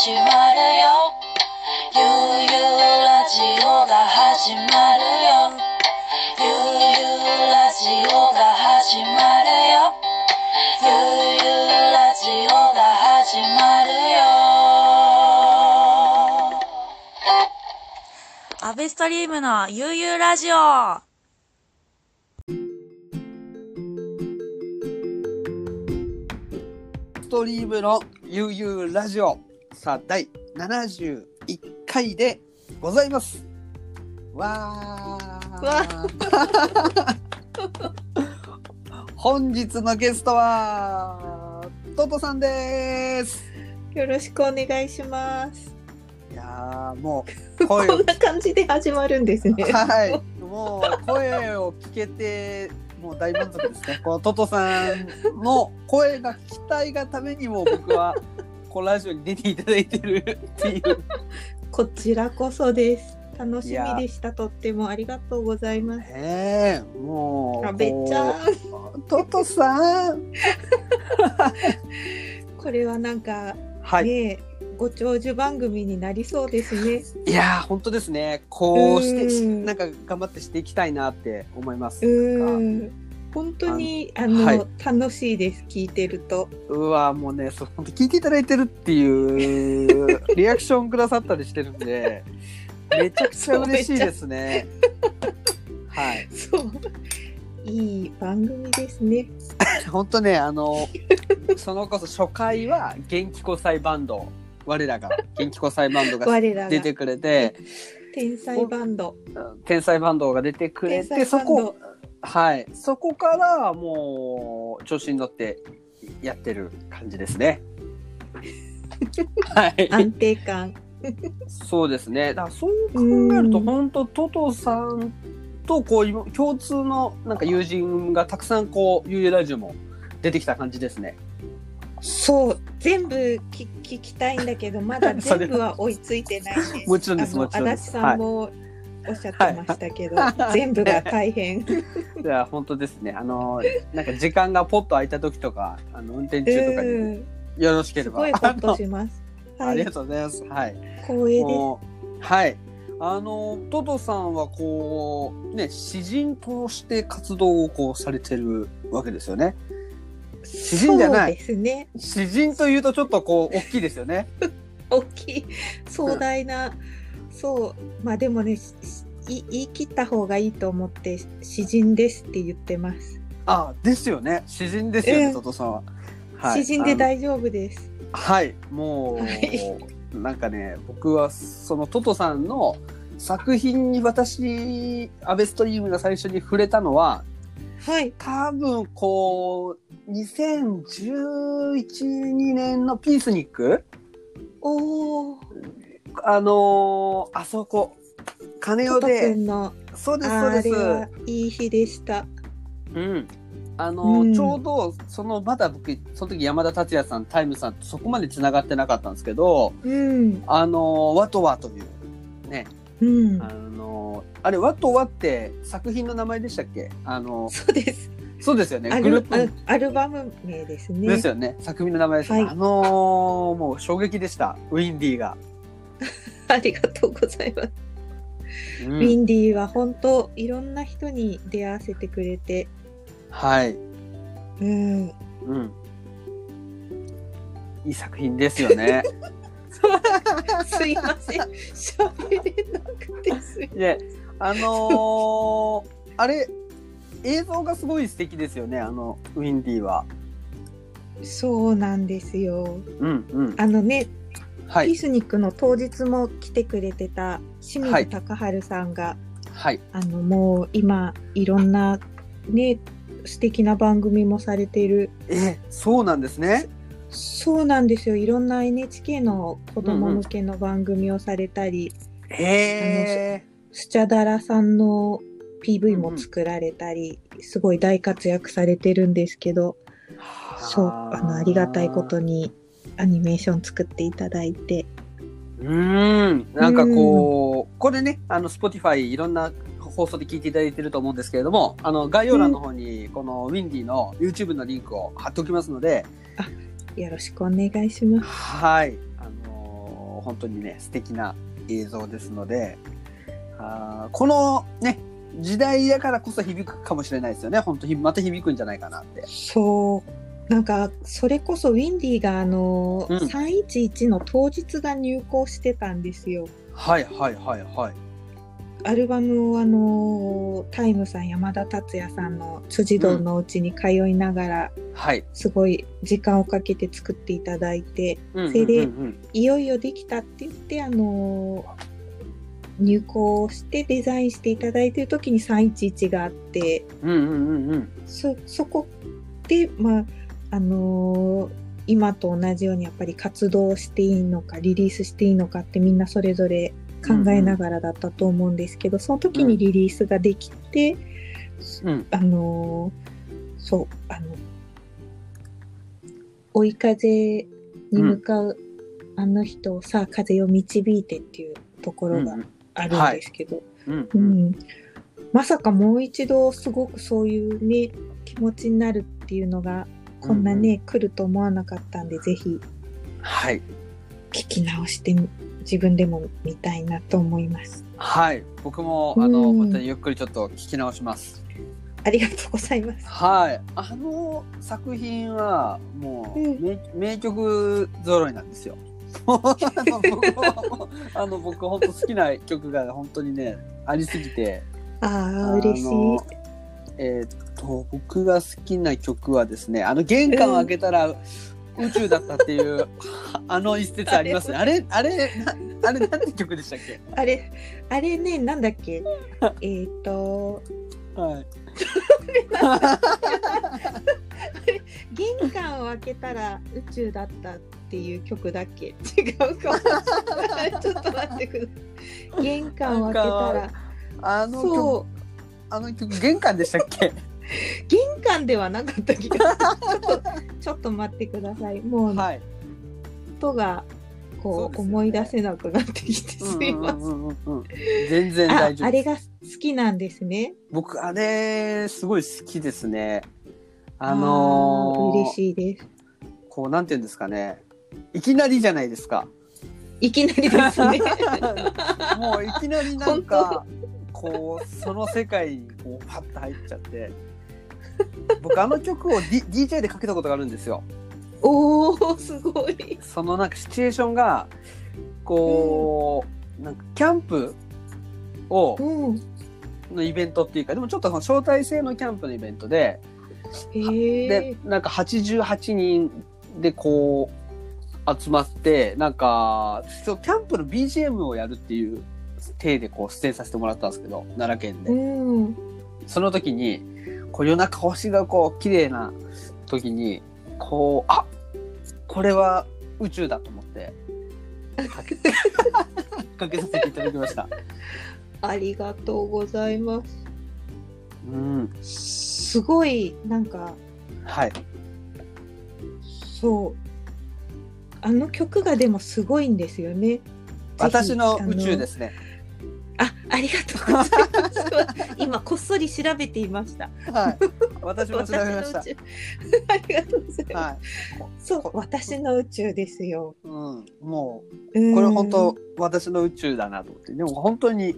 始まるよ。ゆうゆうラジオが始まるよ。ゆうゆうラジオが始まるよ。ゆうゆうラジオが始まるよ。アベストリームのゆうゆうラジオ。 ストリームのゆうゆうラジオ、さあ第71回でございます。わー本日のゲストはトトさんです。 よろしくお願いします。 いやーもうこんな感じで始まるんですね。 はい、もう声を聞けてもう大満足ですね。このトトさんの声が聞きたいがためにも僕はこのラジオに出ていただいてるっていう。 こちらこそです。楽しみでした。とってもありがとうございます。 もうあべちゃんトトさんこれはなんか、 はい、 ね、ご長寿番組になりそうですね。 いや本当ですね。こうしてなんか頑張ってしていきたいなって思います。 本当にはい、 楽しいです。聞いてると。 うわもうね、そう本当聞いていただいてるっていうリアクションくださったりしてるんでめちゃくちゃ嬉しいですね。はい。 そういい番組ですね。 本当ねそのこそ初回は元気交際バンド、我らが元気交際バンドが出てくれて天才バンドが出てくれて、そこからもう調子に乗ってやってる感じですね。はい、 安定感そうですね。だからそう考えると本当トトさんとこう共通のなんか友人がたくさんこうゆうゆうラジオも出てきた感じですね。 そう全部聞きたいんだけどまだ全部は追いついてないんです。 もちろんです。もちろんです。 足立さんもおっしゃってましたけど、全部が大変。 いや本当ですね。なんか時間がポッと空いた時とか運転中とかによろしければ。 すごいポッとします。 はい、ありがとうございます。はい。 光栄です。 はい。トトさんはこうね詩人として活動をこうされてるわけですよね。詩人じゃない。 そうですね。 詩人というとちょっとこう大きいですよね。 大きい壮大な、そうまあでもね言い切った方がいいと思って詩人ですって言ってます。 あですよね。詩人ですよね、トトさんは。 はい、詩人で大丈夫です。 はいもう、はい、なんかね僕はそのトトさんの作品に私アベストリームが最初に触れたのは、 はい、 多分こう2011、2年のピースニック、あそこ金代で、そうですそうです。 あれはいい日でした。 ちょうどそのまだ僕その時山田達也さんタイムさんとそこまでつながってなかったんですけど、ワトワというね、あれワトワって作品の名前でしたっけ？ そうです。 そうですよね。 グループアルバム名ですね。 ですよね。作品の名前です。はい、もう衝撃でした。ウィンディが。 ありがとうございます。ウィンディは本当いろんな人に出会わせてくれて、 はい。いい作品ですよね。 すいません、喋れなくてすいません。 で、あれ映像がすごい素敵ですよね。ウィンディは。 そうなんですよ。 はい、 ピースニックの当日も来てくれてた清水隆治さんが、 はい、 もう今いろんなね素敵な番組もされている。 そうなんですね。 そうなんですよ。いろんな NHK の子供向けの番組をされたり、スチャダラさんの PV も作られたり、すごい大活躍されてるんですけど、そうありがたいことにアニメーション作っていただいて、 なんかこうこれねSpotify いろんな放送で聞いていただいてると思うんですけれども、概要欄の方にこのウィンディの YouTube のリンクを貼っておきますので、 よろしくお願いします。 はい、 本当にね素敵な映像ですので、このね時代だからこそ響くかもしれないですよね。本当にまた響くんじゃないかなって。 そうなんかそれこそウィンディが311の当日が入稿してたんですよ。 はいはいはいはい。 アルバムをタイムさん、山田達也さんの辻堂のお家に通いながら、 はい、 すごい時間をかけて作っていただいて、それでいよいよできたって言って入稿してデザインしていただいている時に311があって、そこで今と同じようにやっぱり活動していいのかリリースしていいのかってみんなそれぞれ考えながらだったと思うんですけど、その時にリリースができて、追い風に向かうあの人をさあ風を導いてっていうところがあるんですけど、まさかもう一度すごくそういうね気持ちになるっていうのがこんなね、来ると思わなかったんで、ぜひ聞き直して自分でも見たいなと思います。 はい、僕もまたゆっくりちょっと聞き直します。 ありがとうございます。 はい、作品はもう、名曲揃いなんですよ。僕本当好きな曲が本当にねありすぎて、 嬉しい。 僕が好きな曲はですね、玄関を開けたら、宇宙だったっていう一節ありますね。あれなんて曲でしたっけ？ あれね、なんだっけ？はい。玄関を開けたら宇宙だったっていう曲だっけ？違うかもしれない。ちょっと待ってください。玄関を開けたら曲玄関でしたっけ？ 玄関ではなかった気がちょっと待ってください。もう、音がこう思い出せなくなってきてすいません。 全然大丈夫。 あれが好きなんですね。 僕あれすごい好きですね。 嬉しいです。 こうなんていうんですかね。いきなりじゃないですか。 いきなりですね。 もういきなりなんかこうその世界にこうパッと入っちゃって。僕曲を、DJ でかけたことがあるんですよ。 おーすごい。 そのなんかシチュエーションがこう、なんかキャンプのイベントっていうか、でもちょっと招待制のキャンプのイベントで、でなんか88人でこう集まってなんかキャンプの BGM をやるっていう体でこう出演させてもらったんですけど、奈良県で、その時にこう夜中星がこう綺麗な時にこうこれは宇宙だと思ってかけさせていただきました。 ありがとうございます。すごいなんかそう曲がでもすごいんですよね。 私の宇宙ですね。 ありがとうございます。今こっそり調べていました。 私も調べました。ありがとうございます。そう、私の宇宙ですよ。 もうこれ本当私の宇宙だなと思って。でも本当に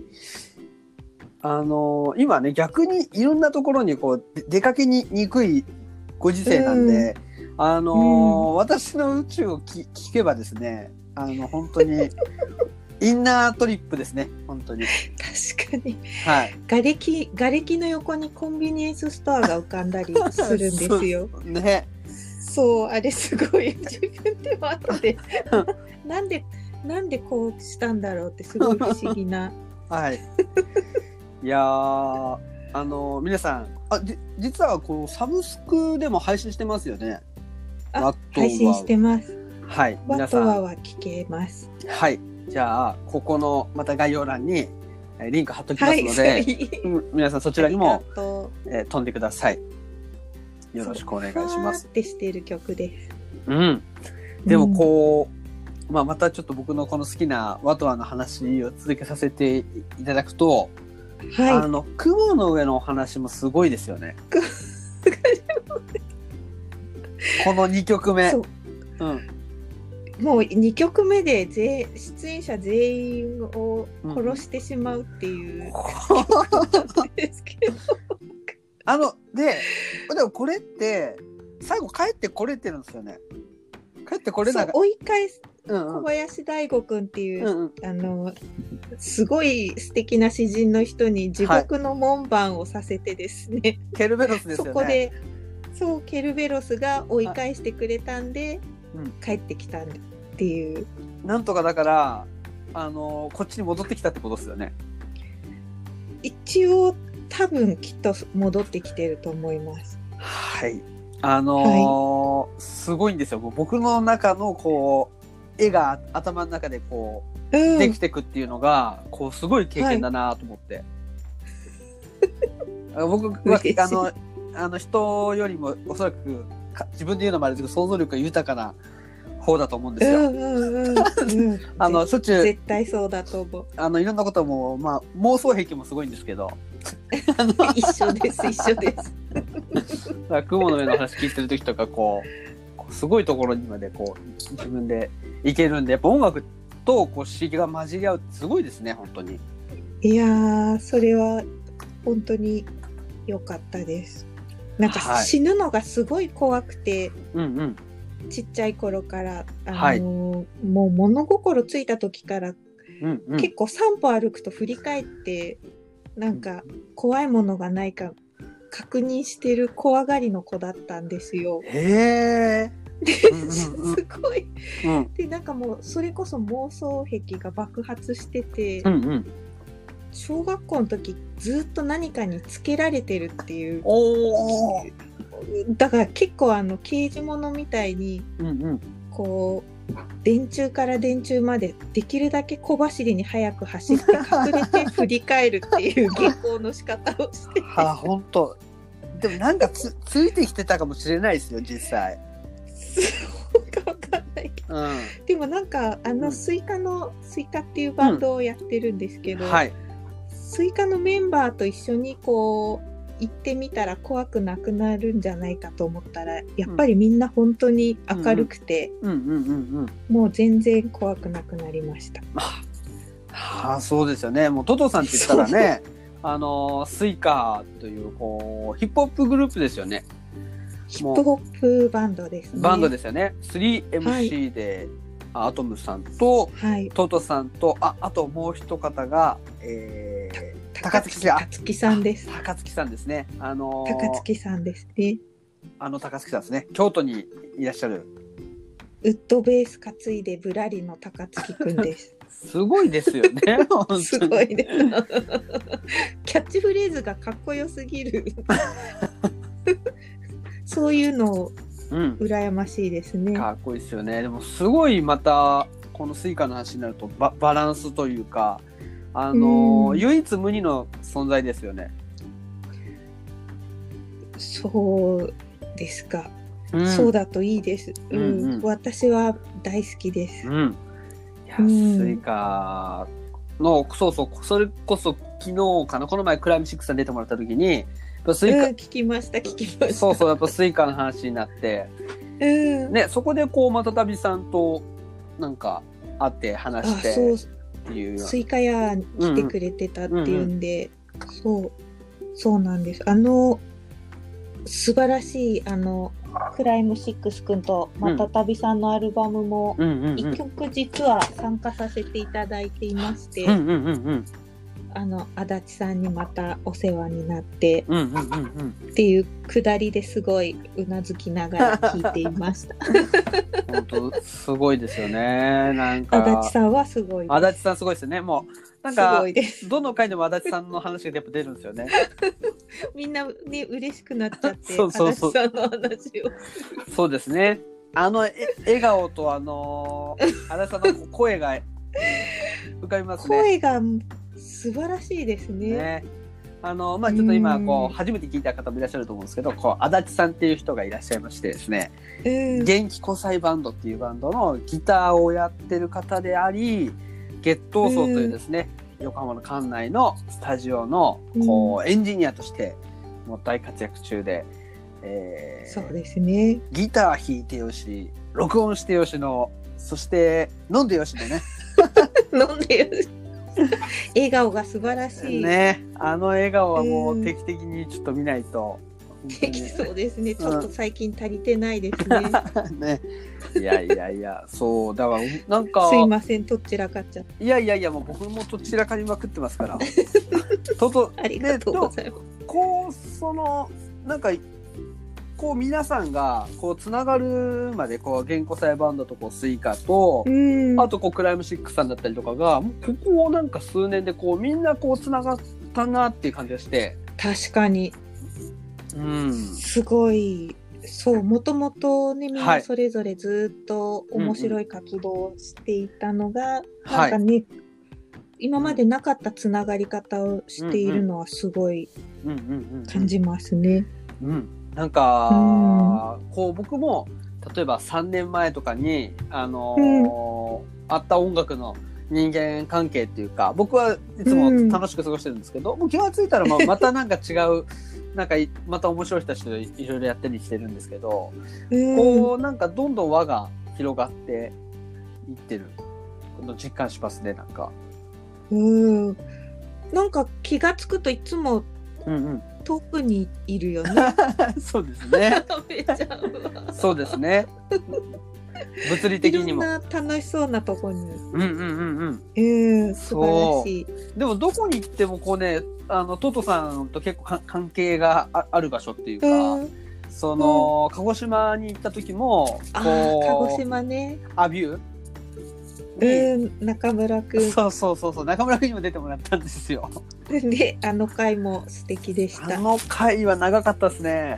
今ね逆にいろんなところにこう出かけにくいご時世なんで、私の宇宙を聞けばですね、本当に。インナートリップですね、本当に。 確かに。瓦礫の横にコンビニエンスストアが浮かんだりするんですよ。 ね。 そう、あれすごい自分でも後でなんでこうしたんだろうってすごい不思議な。 いやー皆さん実はこうサブスクでも配信してますよね。 配信してます。 皆さんは聞けます。 じゃあここのまた概要欄にリンク貼っときますので、皆さんそちらにも飛んでください。よろしくお願いします。 ってしている曲です。 でもこう、またちょっと僕のこの好きなワトワの話を続けさせていただくと、雲の上のお話もすごいですよね。 この2曲目。 もう2曲目で出演者全員を殺してしまうっていう曲ですけど、 でもこれって最後帰ってこれてるんですよね。帰ってこれなそう追い返す、小林大吾くんっていう、すごい素敵な詩人の人に地獄の門番をさせてですね、 ケルベロスですよね。 そこでケルベロスが追い返してくれたんで、帰ってきたっていう。 なんとかだからこっちに戻ってきたってことですよね。 一応多分きっと戻ってきてると思います。 はい。すごいんですよ。僕の中のこう絵が頭の中でこう、できてくっていうのがこうすごい経験だなと思って、僕は人よりもおそらく自分で言うのもあれですけど想像力が豊かな方だと思うんですよ。しょっちゅう絶対そうだと思う。 いろんなことも妄想癖もすごいんですけど一緒です雲の上の話聞いてる時とかこうすごいところにまでこう自分でいけるんで、やっぱ音楽とこう刺激が混じり合うってすごいですね本当に。 いやーそれは本当に良かったです。なんか死ぬのがすごい怖くて、ちっちゃい頃からもう物心ついた時から、結構散歩歩くと振り返ってなんか怖いものがないか確認してる怖がりの子だったんですよ。 へーすごい、でなんかもうそれこそ妄想癖が爆発してて、小学校の時ずっと何かにつけられてるっていう、だから結構刑事物みたいに、こう電柱から電柱までできるだけ小走りに速く走って隠れて振り返るっていう下校の仕方をしてて本当でもなんかついてきてたかもしれないですよ実際。 そうかわかんないけど、でもなんかスイカっていうバンドをやってるんですけど、スイカのメンバーと一緒にこう行ってみたら怖くなくなるんじゃないかと思ったら、やっぱりみんな本当に明るくて、もう全然怖くなくなりました。 そうですよね。もうトトさんって言ったらねスイカというこうヒップホップグループですよね。 ヒップホップバンドですね。 バンドですよね。3MC で、アトムさんと、トトさんとあともう一方が、高槻さんです。 高槻さんですね。 高槻さんですね。 高槻さんですね。京都にいらっしゃる。 ウッドベース担いでぶらりの高槻くんです。 すごいですよね。 すごいです。キャッチフレーズがかっこよすぎる。そういうの羨ましいですね。 かっこいいですよね。でもすごいまたこのスイカの話になるとバランスというか唯一無二の存在ですよね。 そうですか。そうだといいです。私は大好きです。 スイカのそれこそ昨日かな、この前クライム6さん出てもらった時にスイカ、 聞きました。 そうやっぱスイカの話になって、そこでこうまたたびさんとなんか会って話してっていうスイカ屋に来てくれてたっていうんで、そうなんです。素晴らしいクライム6くんとまたたびさんのアルバムも一曲実は参加させていただいていまして、足立さんにまたお世話になってっていうくだりですごいうなずきながら聞いていました。 本当すごいですよね。なんか足立さんはすごいです。 足立さんすごいですよね。もうなんかどの回でも足立さんの話がやっぱ出るんですよね。 みんなね嬉しくなっちゃって足立さんの話を。 そうですね。笑顔と足立さんの声が浮かびますね。 声が素晴らしいですね。 ちょっと今こう初めて聞いた方もいらっしゃると思うんですけど、足立さんっていう人がいらっしゃいましてですね、元気湖西バンドっていうバンドのギターをやってる方であり、月頭荘というですね、横浜の管内のスタジオのエンジニアとしてもう大活躍中で、 そうですね。 ギター弾いてよし、 録音してよしの、そして飲んでよしのね。 飲んでよし。笑顔が素晴らしい。 ね、あの笑顔はもう定期的にちょっと見ないと。 そうですね。ちょっと最近足りてないですね。 ね。いやいやいや、そうだからなんか。 すいません、とっちらかっちゃった。 いやいやいや、もう僕もとっちらかりまくってますから。 ありがとうございます。 こうなんかこう皆さんがこうつながるまでこう原稿裁バンドとこうスイカと、あとこうクライムシックさんだったりとかがここなんか数年でこうみんなこうつながったなっていう感じがして。 確かに。すごい。そう、もともとね、みんなそれぞれずっと面白い活動をしていたのが、なんかね、今までなかったつながり方をしているのはすごい感じますね。 なんか、こう僕も例えば3年前とかにあった音楽の人間関係っていうか、僕はいつも楽しく過ごしてるんですけど、もう気がついたらまたなんか違うなんかまた面白い人たちといろいろやったりしてるんですけど、こうなんかどんどん輪が広がっていってるの実感しますね。なんかなんか気がつくといつも遠くにいるよね。 そうですね。そうですね。物理的にも。 いろんな楽しそうなとこに。素晴らしい。 でもどこに行ってもこうね、トトさんと結構関係がある場所っていうか、鹿児島に行った時も鹿児島ね。 アビュー。 中村くん。 そう中村くんにも出てもらったんですよ。 で、あの回も素敵でした。 あの回は長かったですね。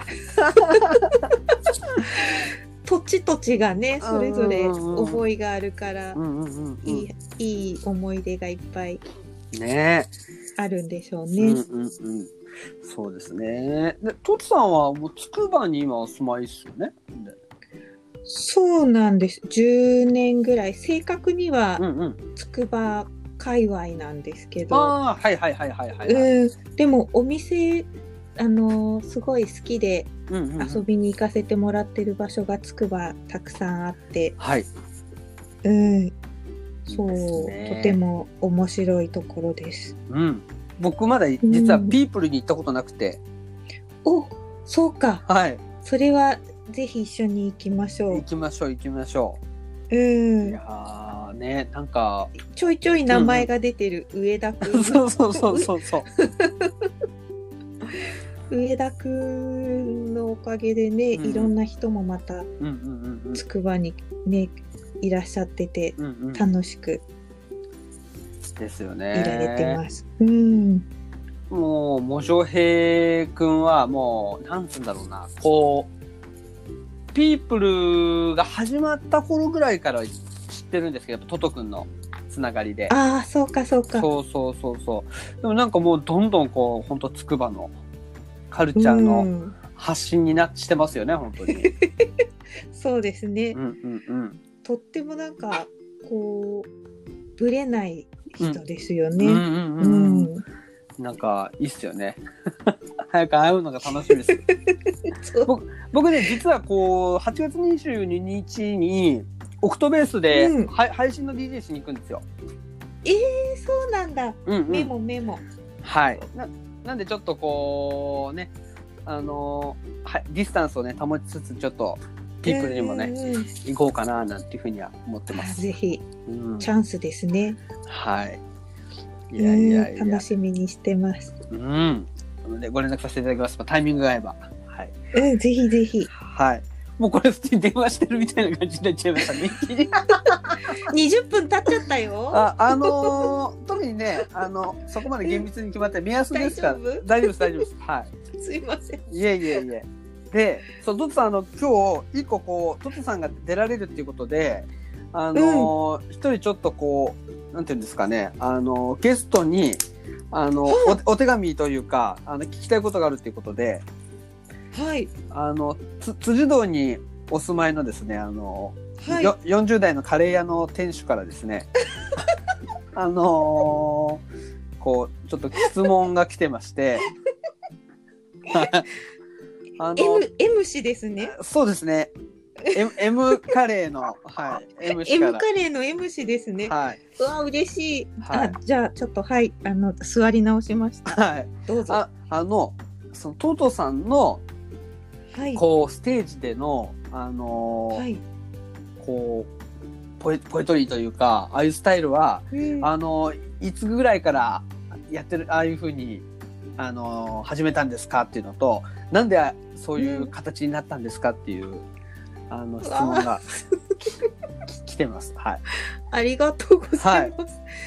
土地がね、それぞれ思いがあるからいい思い出がいっぱいあるんでしょうね。 そうですね。で、トツさんはもうつくばに今お住まいですよね。 そうなんです。10年ぐらい。正確にはつくば界隈なんですけど。でもお店すごい好きで遊びに行かせてもらってる場所がつくばたくさんあって、そう、とても面白いところです。 僕まだ実はピープルに行ったことなくて。 そうか。それはぜひ一緒に行きましょう。 行きましょう。いやーね、なんかちょいちょい名前が出てる上田くん。 そう。 上田くんのおかげでね、いろんな人もまたつくばにねいらっしゃってて、楽しくですよね。 いられてます。 もうもじょへいくんはもうなんつうんだろうな、こうピープルが始まった頃ぐらいから知ってるんですけど、トトくんのつながりで。 そうか。そう。でもなんかもうどんどんこう本当つくばのカルチャーの発信にしてますよね、本当に。 そうですね。とってもなんかこうぶれない人ですよね。 なんかいいっすよね。早く会うのが楽しみです。僕ね、実はこう8月22日にオクトベースで、配信の DJ しに行くんですよ。 そうなんだ。メモ。 なんでちょっとこうね、ディスタンスをね保ちつつちょっとピープルにもね、行こうかななんていうふうには思ってます。 ぜひ、チャンスですね。 いや楽しみにしてます。 なのでご連絡させていただきます。タイミングが合えば。 ぜひぜひ。 もうこれ普通に電話してるみたいな感じになっちゃいましたね。 20分経っちゃったよ。 特にね、そこまで厳密に決まって目安ですから。大丈夫です。 すいません。 いえ。で、トトさん今日一個こうトトさんが出られるっていうことで、一人ちょっとこうなんていうんですかね、ゲストにお手紙というか聞きたいことがあるっていうことで。辻堂にお住まいのですね、40代のカレー屋の店主からですね、こうちょっと質問が来てまして、 M 氏ですね。 そうですね。 M カレーの、はい、M 氏から。 M カレーの M 氏ですね。 はい。 うわ、嬉しい。はい、じゃあ、ちょっと、はい、座り直しました。 はい。 どうぞ。 そのトトさんの、 はい、 こう、ステージでの、 はい、 こう、ポエトリーというか、ああいうスタイルは、いつぐらいからやってる、ああいう風に、始めたんですかっていうのと、なんでそういう形になったんですかっていう、質問が来てます。はい。 ありがとうございます。はい、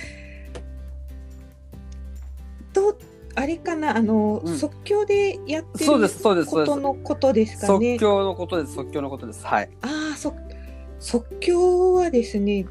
あれかな、即興でやってることのことですかね。 即興のことです。即興のことです。はい。 即興はですね、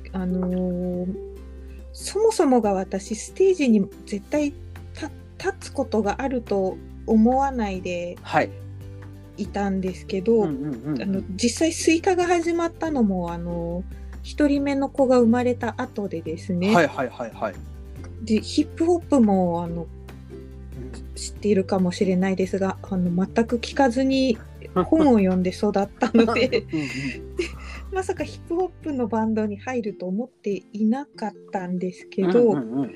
そもそもが私ステージに絶対立つことがあると思わないでいたんですけど、実際スイカが始まったのも一人目の子が生まれた後でですね。 はいはいはいはい。 でヒップホップも知っているかもしれないですが、全く聞かずに本を読んで育ったのでまさかヒップホップのバンドに入ると思っていなかったんですけど、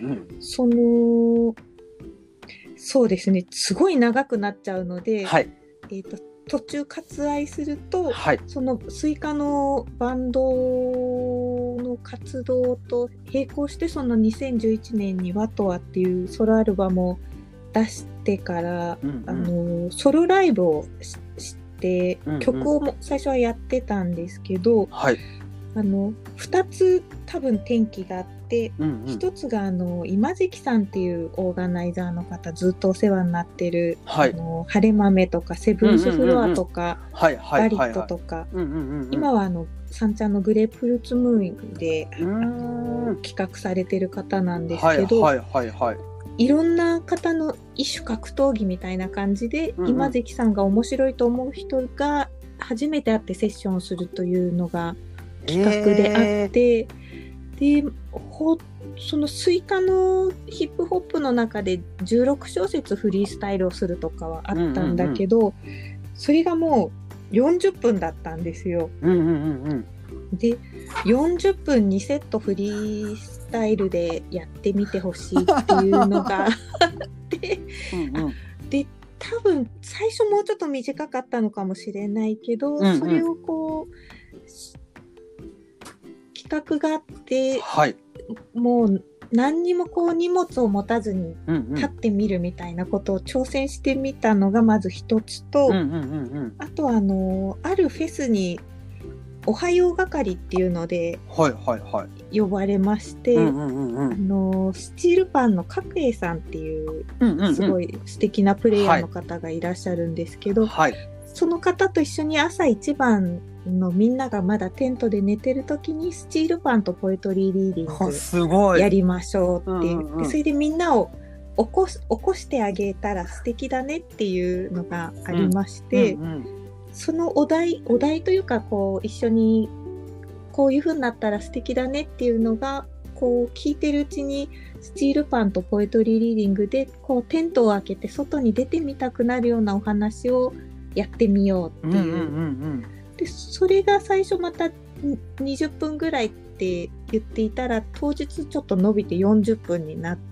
そうですね、すごい長くなっちゃうので、 はい、 途中割愛すると、 はい、 そのスイカのバンドの活動と並行して、その2011年にワトワっていうソロアルバムを出してから、ソロライブをして曲をも最初はやってたんですけど、 はい、 2つ多分転機があって、1つが今関さんっていうオーガナイザーの方、ずっとお世話になってる、 はい、 晴れ豆とかセブンスフロアとか、バリットとか、今は三ちゃんのグレープフルーツムーンで企画されてる方なんですけど、いろんな方の異種格闘技みたいな感じで、今関さんが面白いと思う人が初めて会ってセッションをするというのが企画であって、でそのスイカのヒップホップの中で16小節フリースタイルをするとかはあったんだけど、それがもう40分だったんですよ。で40分2セットフリースタイルでやってみてほしいっていうのがあってで多分最初もうちょっと短かったのかもしれないけど、それをこう企画があって、もう何にもこう荷物を持たずに立ってみるみたいなことを挑戦してみたのがまず一つと、あとはあるフェスにおはよう係っていうので呼ばれまして、スチールパンの角栄さんっていうすごい素敵なプレイヤーの方がいらっしゃるんですけど、その方と一緒に朝一番のみんながまだテントで寝てる時にスチールパンとポエトリーリーディングやりましょうっていう、でそれでみんなを起こしてあげたら素敵だねっていうのがありまして、そのお題というか、こう一緒にこういう風になったら素敵だねっていうのがこう聞いてるうちに、スチールパンとポエトリーリーディングでこうテントを開けて外に出てみたくなるようなお話をやってみようっていう、でそれが最初また20分ぐらいって言っていたら、当日ちょっと伸びて40分になって、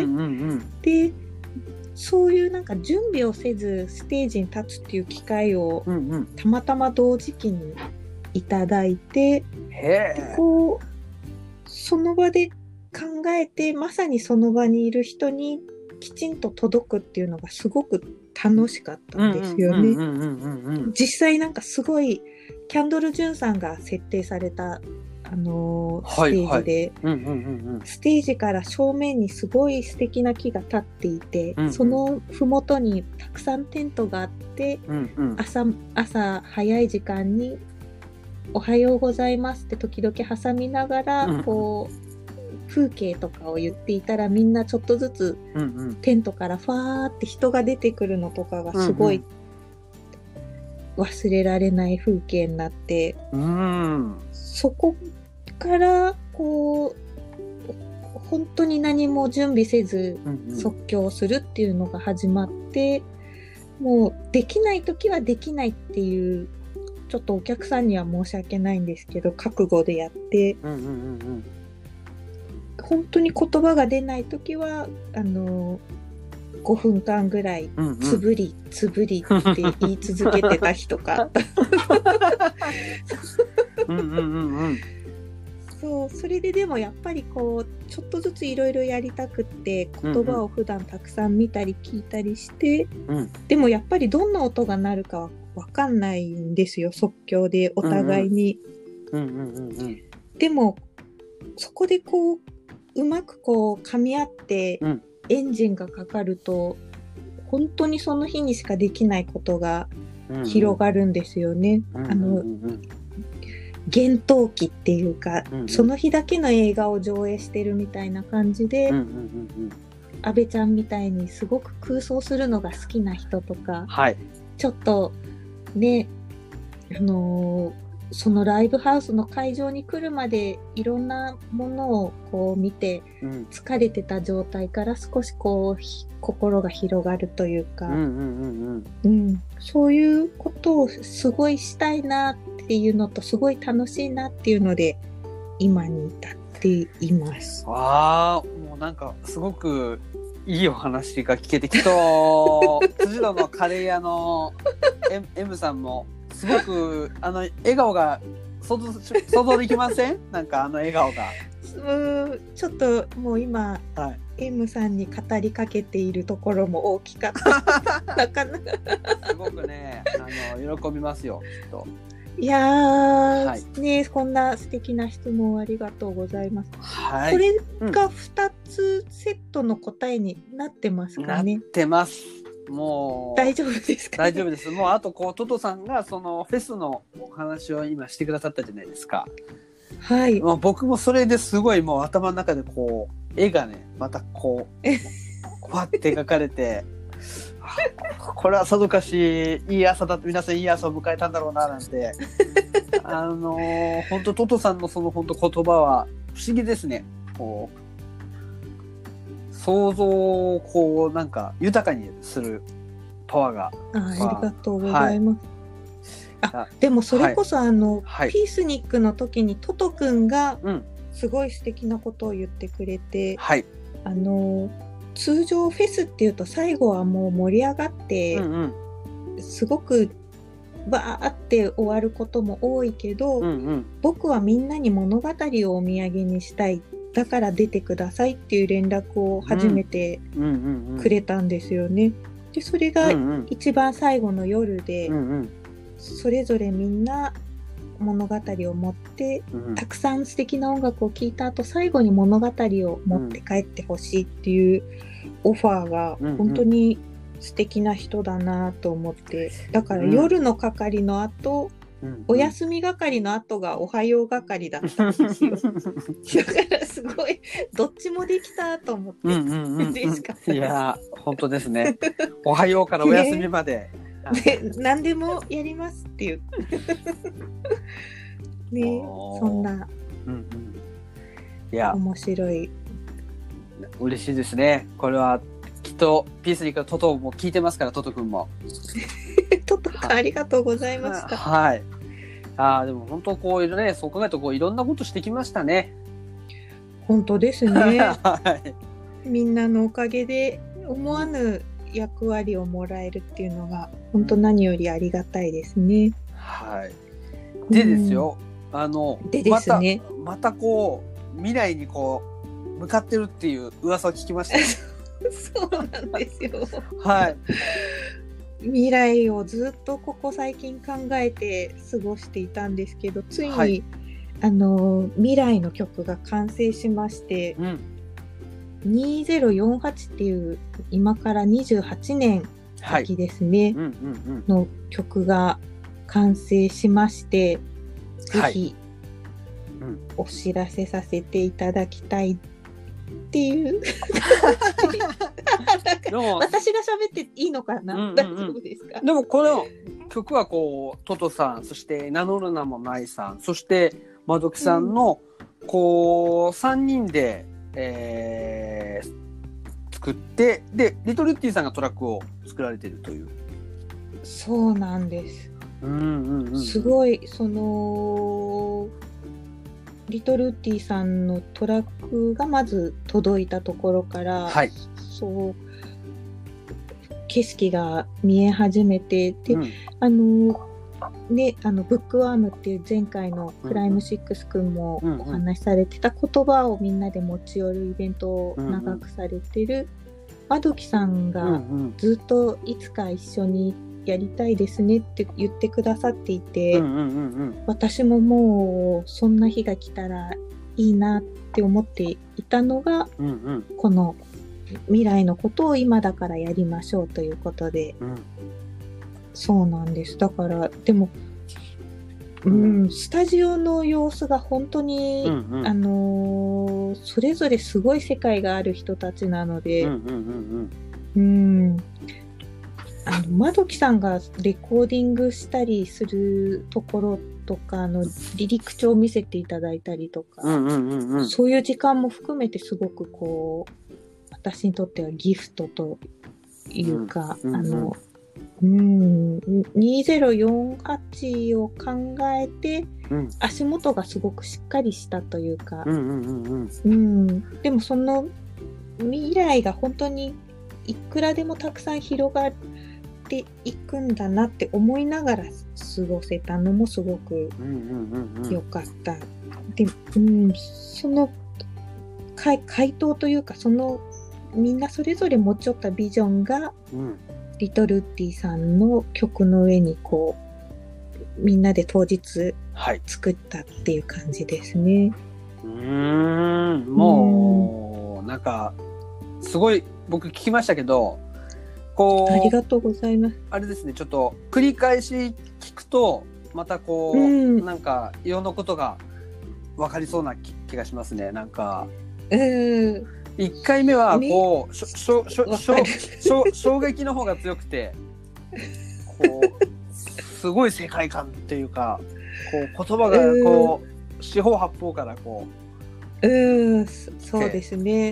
でそういうなんか準備をせずステージに立つっていう機会をたまたま同時期にいただいて、でこうその場で考えて、まさにその場にいる人にきちんと届くっていうのがすごく楽しかったんですよね。実際なんかすごいキャンドル・ジュンさんが設定されたステージで、ステージから正面にすごい素敵な木が立っていて、そのふもとにたくさんテントがあって、朝早い時間におはようございますって時々挟みながら、こう風景とかを言っていたら、みんなちょっとずつテントからファーって人が出てくるのとかがすごい忘れられない風景になって、そこからこう本当に何も準備せず即興するっていうのが始まって、もうできない時はできないっていうちょっとお客さんには申し訳ないんですけど覚悟でやって、本当に言葉が出ない時は5分間ぐらいつぶりつぶりって言い続けてた日とかそうそれででもやっぱりこうちょっとずついろいろやりたくって言葉を普段たくさん見たり聞いたりして、でもやっぱりどんな音が鳴るかは分かんないんですよ、即興でお互いに。でもそこでこううまくこう噛み合ってエンジンがかかると、本当にその日にしかできないことが広がるんですよね。幻灯機っていうか、その日だけの映画を上映してるみたいな感じで、阿部ちゃんみたいにすごく空想するのが好きな人とか、ちょっとね、そのライブハウスの会場に来るまでいろんなものをこう見て疲れてた状態から少しこう心が広がるというか、そういうことをすごいしたいなっていうのとすごい楽しいなっていうので今に至っています。 もうなんかすごくいいお話が聞けてきと辻野のカレー屋の M さんもすごく笑顔が想像できません？なんか笑顔がちょっともう今、M さんに語りかけているところも大きかったなかなかすごくね喜びますよきっと。 いやね、こんな素敵な質問ありがとうございます。これが2つセットの答えになってますかね？ なってます。もう大丈夫ですか、ね？ 大丈夫です。もうあとこうトトさんがそのフェスのお話を今してくださったじゃないですか。もう僕もそれですごいもう頭の中でこう絵がねまたこうこうやって描かれてこれはさぞかしいい朝だって皆さんいい朝を迎えたんだろうななんて本当トトさんのその本当言葉は不思議ですね。こう想像をこうなんか豊かにするパワーが。 ありがとうございます。でもそれこそピースニックの時にトトくんがすごい素敵なことを言ってくれて、通常フェスっていうと最後はもう盛り上がって、すごくバーって終わることも多いけど、僕はみんなに物語をお土産にしたい、だから出てくださいっていう連絡を初めてくれたんですよね。でそれが一番最後の夜で、それぞれみんな物語を持って、たくさん素敵な音楽を聴いた後最後に物語を持って帰ってほしいっていうオファーが本当に素敵な人だなと思って、だから夜の係の後、お休み係の後がおはよう係だったんですよ。だからすごいどっちもできたと思って嬉しかったです。 いや本当ですね。おはようからお休みまで、 何でもやりますっていうね、そんな、いや面白い、 嬉しいですね。これはきっとピースニックのトトも聞いてますから、トト君もトト君ありがとうございました。 でも本当こういうね、そう考えるとこういろんなことしてきましたね。 本当ですね。みんなのおかげで思わぬ役割をもらえるっていうのが本当何よりありがたいですね。 でですよ、 でですね、 またこう未来にこう向かってるっていう噂を聞きました。 そうなんですよ。未来をずっとここ最近考えて過ごしていたんですけど、ついに、未来の曲が完成しまして、2048っていう今から28年先ですね、の曲が完成しまして、ぜひお知らせさせていただきたいっていう私が喋っていいのかな、大丈夫ですか？ でもこの曲はこうトトさん、そして名乗る名もないさん、そしてまどきさんのこう3人で、作って、でリトルッティさんがトラックを作られているという。 そうなんです。 すごいそのリトルウッディさんのトラックがまず届いたところから、 はい、 そう景色が見え始めて、で、ブックワームっていう前回のクライム6くんもお話しされてた言葉をみんなで持ち寄るイベントを長くされてるまどきさんがずっといつか一緒にやりたいですねって言ってくださっていて、私ももうそんな日が来たらいいなって思っていたのが、この未来のことを今だからやりましょうということで、そうなんです。だからでも、スタジオの様子が本当に、それぞれすごい世界がある人たちなので、まどきさんがレコーディングしたりするところとかの離陸調を見せていただいたりとか、そういう時間も含めてすごくこう私にとってはギフトというか、2048を考えて、足元がすごくしっかりしたというか、でもその未来が本当にいくらでもたくさん広がっていくんだなって思いながら過ごせたのもすごく良かった。で、その回答というか、そのみんなそれぞれ持ち寄ったビジョンが、リトルウッディさんの曲の上にこうみんなで当日作ったっていう感じですね。 もうなんかすごい僕聞きましたけど、こうありがとうございます。 あれですね、ちょっと繰り返し聞くとまたこう、なんかいろんなことが分かりそうな気がしますね。なんか1回目はこう、衝撃の方が強くて、こうすごい世界観っていうか、こう言葉がこう四方八方からこう、 そうですね。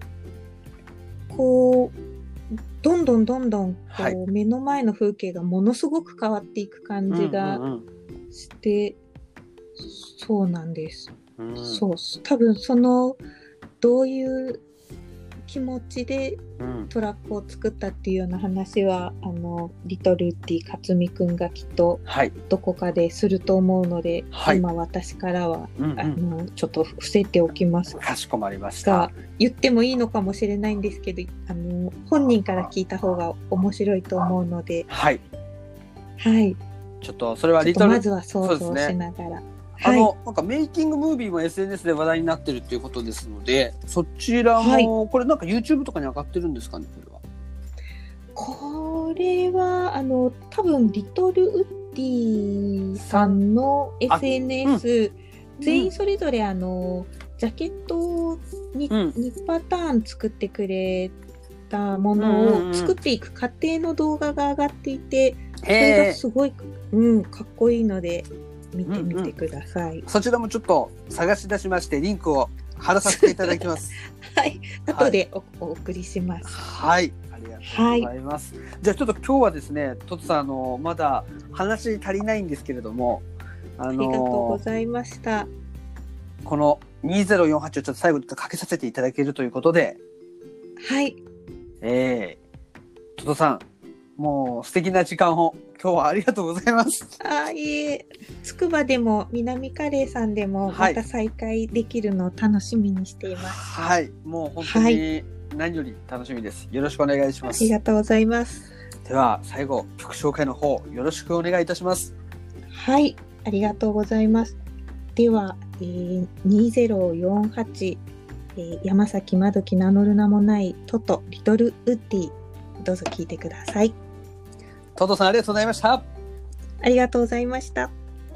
こうどんどんこう、目の前の風景がものすごく変わっていく感じがして、そうなんです。そう多分そのどういう気持ちでトラックを作ったっていうような話は、リトルウッディ克実くんがきっとどこかですると思うので、今私からは、ちょっと伏せておきますが、 かしこまりました。 言ってもいいのかもしれないんですけど、本人から聞いた方が面白いと思うので、ちょっとそれはリトルまずは想像しながら。 なんかメイキングムービーも SNS で話題になってるっていうことですので、そちらも、これなんか YouTube とかに上がってるんですかね、 これは多分リトルウッディさんの SNS、全員それぞれジャケットに2パターン作ってくれたものを作っていく過程の動画が上がっていて、それがすごい、かっこいいので見てみてください。 そちらもちょっと探し出しましてリンクを貼らさせていただきます。 後でお送りします。 ありがとうございます。じゃあちょっと今日はですね、トトさんまだ話足りないんですけれども、 ありがとうございました。 この2048をちょっと最後にかけさせていただけるということで、トトさん、もう素敵な時間を今日はありがとうございます。 いえ、つくばでも南カレーさんでもまた再会できるのを楽しみにしています。 もう本当に何より楽しみです。よろしくお願いします。 ありがとうございます。 では最後曲紹介の方よろしくお願いいたします。 ありがとうございます。では、2048、山崎まどき名乗る名もないトトリトルウッディ、どうぞ聴いてください。 トトさんありがとうございました。 ありがとうございました。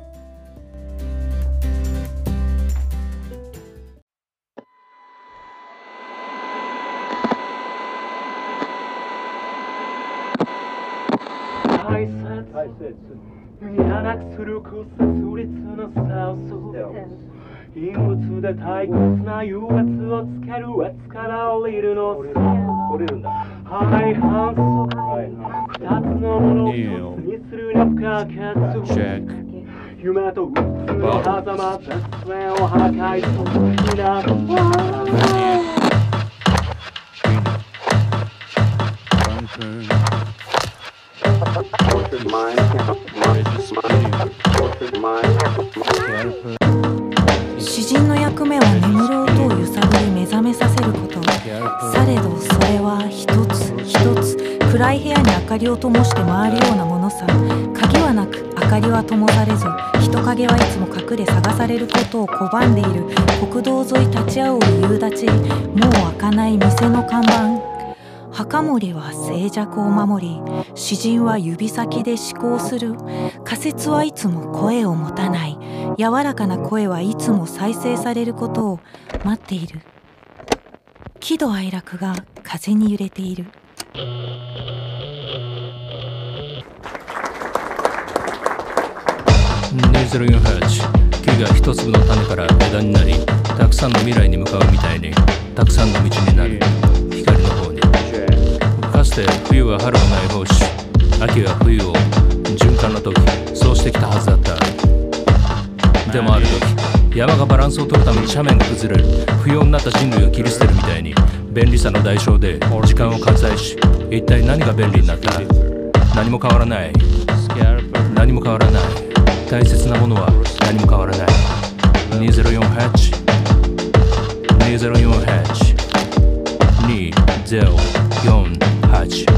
やなくする屈折率の差を陰物で退屈な優越をつける圧から降りるのさ。 降りるんだ。はい反則。二つのものを一つにするには不可欠。夢とうつの狭間絶縁を破壊するな詩人の役目は眠る音を揺さぶり目覚めさせること。されどそれは一つ一つ暗い部屋に明かりを灯して回るようなものさ。鍵はなく明かりは灯されず、人影はいつも隠れ探されることを拒んでいる。国道沿い立ち会う夕立ち、もう開かない店の看板。墓守は静寂を守り、詩人は指先で思考する。仮説はいつも声を持たない。柔らかな声はいつも再生されることを待っている。喜怒哀楽が風に揺れている。 2048、木が一粒の種から枝になり、たくさんの未来に向かうみたいに、たくさんの道になる。光の方に。かつて冬は春を内包し、秋は冬を循環の時、そうしてきたはずだった。でもある時、山がバランスを取るために斜面が崩れる。不要になった人類を切り捨てるみたいに、便利さの代償で時間を割愛し、一体何が便利になった？何も変わらない。何も変わらない。大切なものは何も変わらない。2048 2048 2048。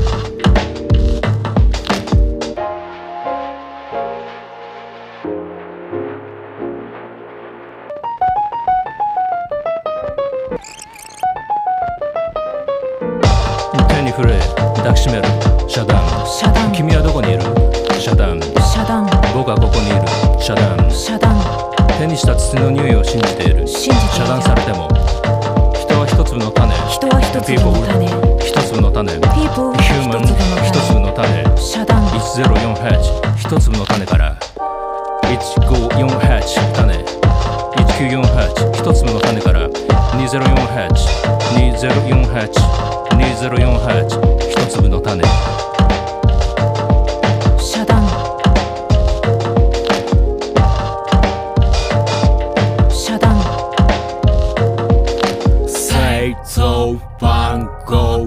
手に触れ抱きしめる。遮断。君はどこにいる？遮断。僕はここにいる。遮断。手にした土の匂いを信じている。遮断されても人は一粒の種。一粒の種。ヒューマン一粒の種。1048一粒の種から1548種。1948一粒の種から2048 2048 2048一粒の種。 製造番号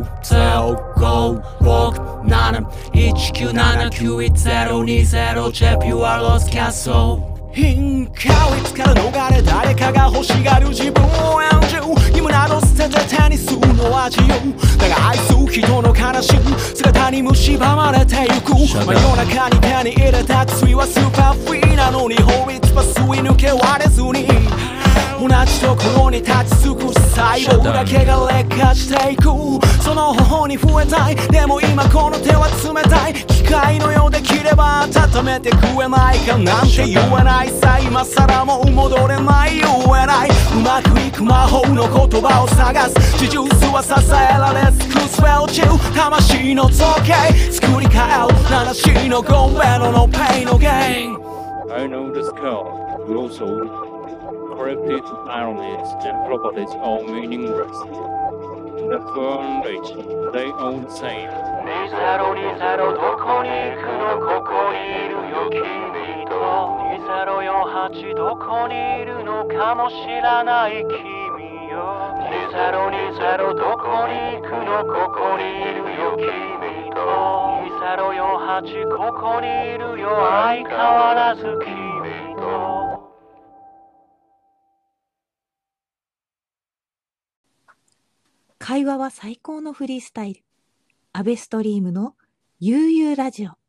056719791020 JP はロスキャスト。貧困いつから逃れ誰かが欲しがる自分を演じる。今など捨てて手にするのは自由だが、愛す人の悲しみ姿に蝕まれてゆく。真夜中に手に入れた薬はスーパーフリーなのに、法律はすり抜け割れずに同じところに立ち尽くす細胞だけが劣化していく。その頬に増えたい。でも今この手は冷たい。機械のようできれば温めてくれないかなんて言わないさ。今更もう戻れない言えない。うまくいく魔法の言葉を探す。自重は支えられ尽くすフェルチル。魂の造形作り変える。七しのゴンベロのペイのゲイン。 I know the skull will also corrected ironies and properties are meaningless. The firm rich, they all the same. 2020どこに行くの？ここにいるよ君と。2048どこにいるのかも知らない君よ。2020どこに行くの？ここにいるよ君と。2048ここにいるよ相変わらず君と。 会話は最高のフリースタイル。アベストリームの悠々ラジオ。